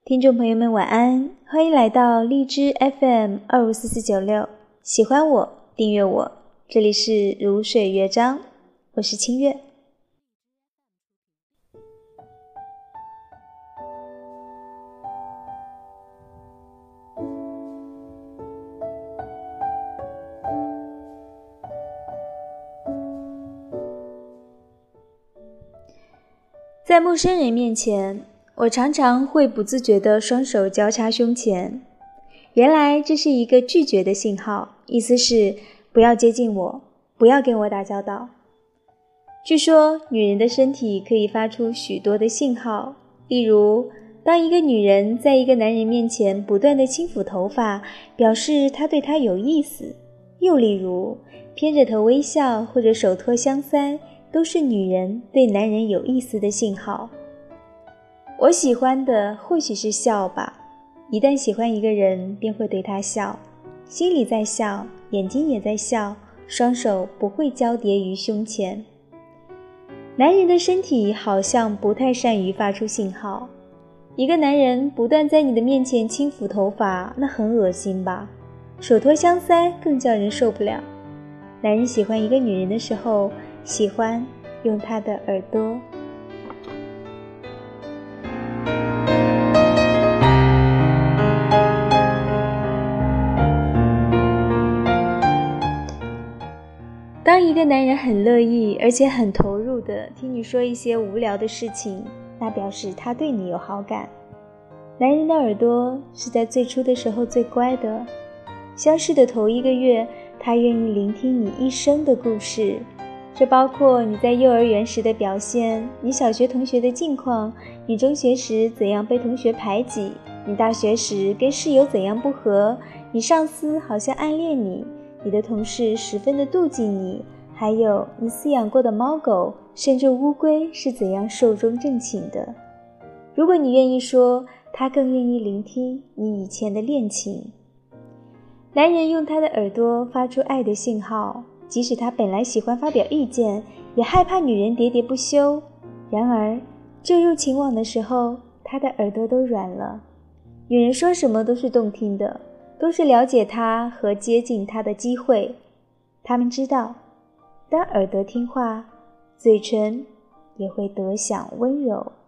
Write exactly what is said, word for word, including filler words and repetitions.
听众朋友们晚安，欢迎来到荔枝 F M 二五四四九六，喜欢我订阅我，这里是如水乐章，我是清月。在陌生人面前，我常常会不自觉地双手交叉胸前，原来这是一个拒绝的信号，意思是不要接近我，不要跟我打交道。据说女人的身体可以发出许多的信号，例如当一个女人在一个男人面前不断地轻抚头发，表示她对他有意思，又例如偏着头微笑或者手托香腮，都是女人对男人有意思的信号。我喜欢的或许是笑吧，一旦喜欢一个人便会对他笑，心里在笑，眼睛也在笑，双手不会交叠于胸前。男人的身体好像不太善于发出信号，一个男人不断在你的面前轻抚头发，那很恶心吧，手托香腮更叫人受不了。男人喜欢一个女人的时候，喜欢用他的耳朵。当一个男人很乐意而且很投入地听你说一些无聊的事情，那表示他对你有好感。男人的耳朵是在最初的时候最乖的，相识的头一个月，他愿意聆听你一生的故事，这包括你在幼儿园时的表现，你小学同学的近况，你中学时怎样被同学排挤，你大学时跟室友怎样不和，你上司好像暗恋你，你的同事十分的妒忌你，还有你饲养过的猫狗，甚至乌龟是怎样寿终正寝的。如果你愿意说，他更愿意聆听你以前的恋情。男人用他的耳朵发出爱的信号，即使他本来喜欢发表意见，也害怕女人喋喋不休，然而坠入情网的时候，他的耳朵都软了。女人说什么都是动听的，都是了解他和接近他的机会。他们知道，当耳朵听话，嘴唇也会得享温柔。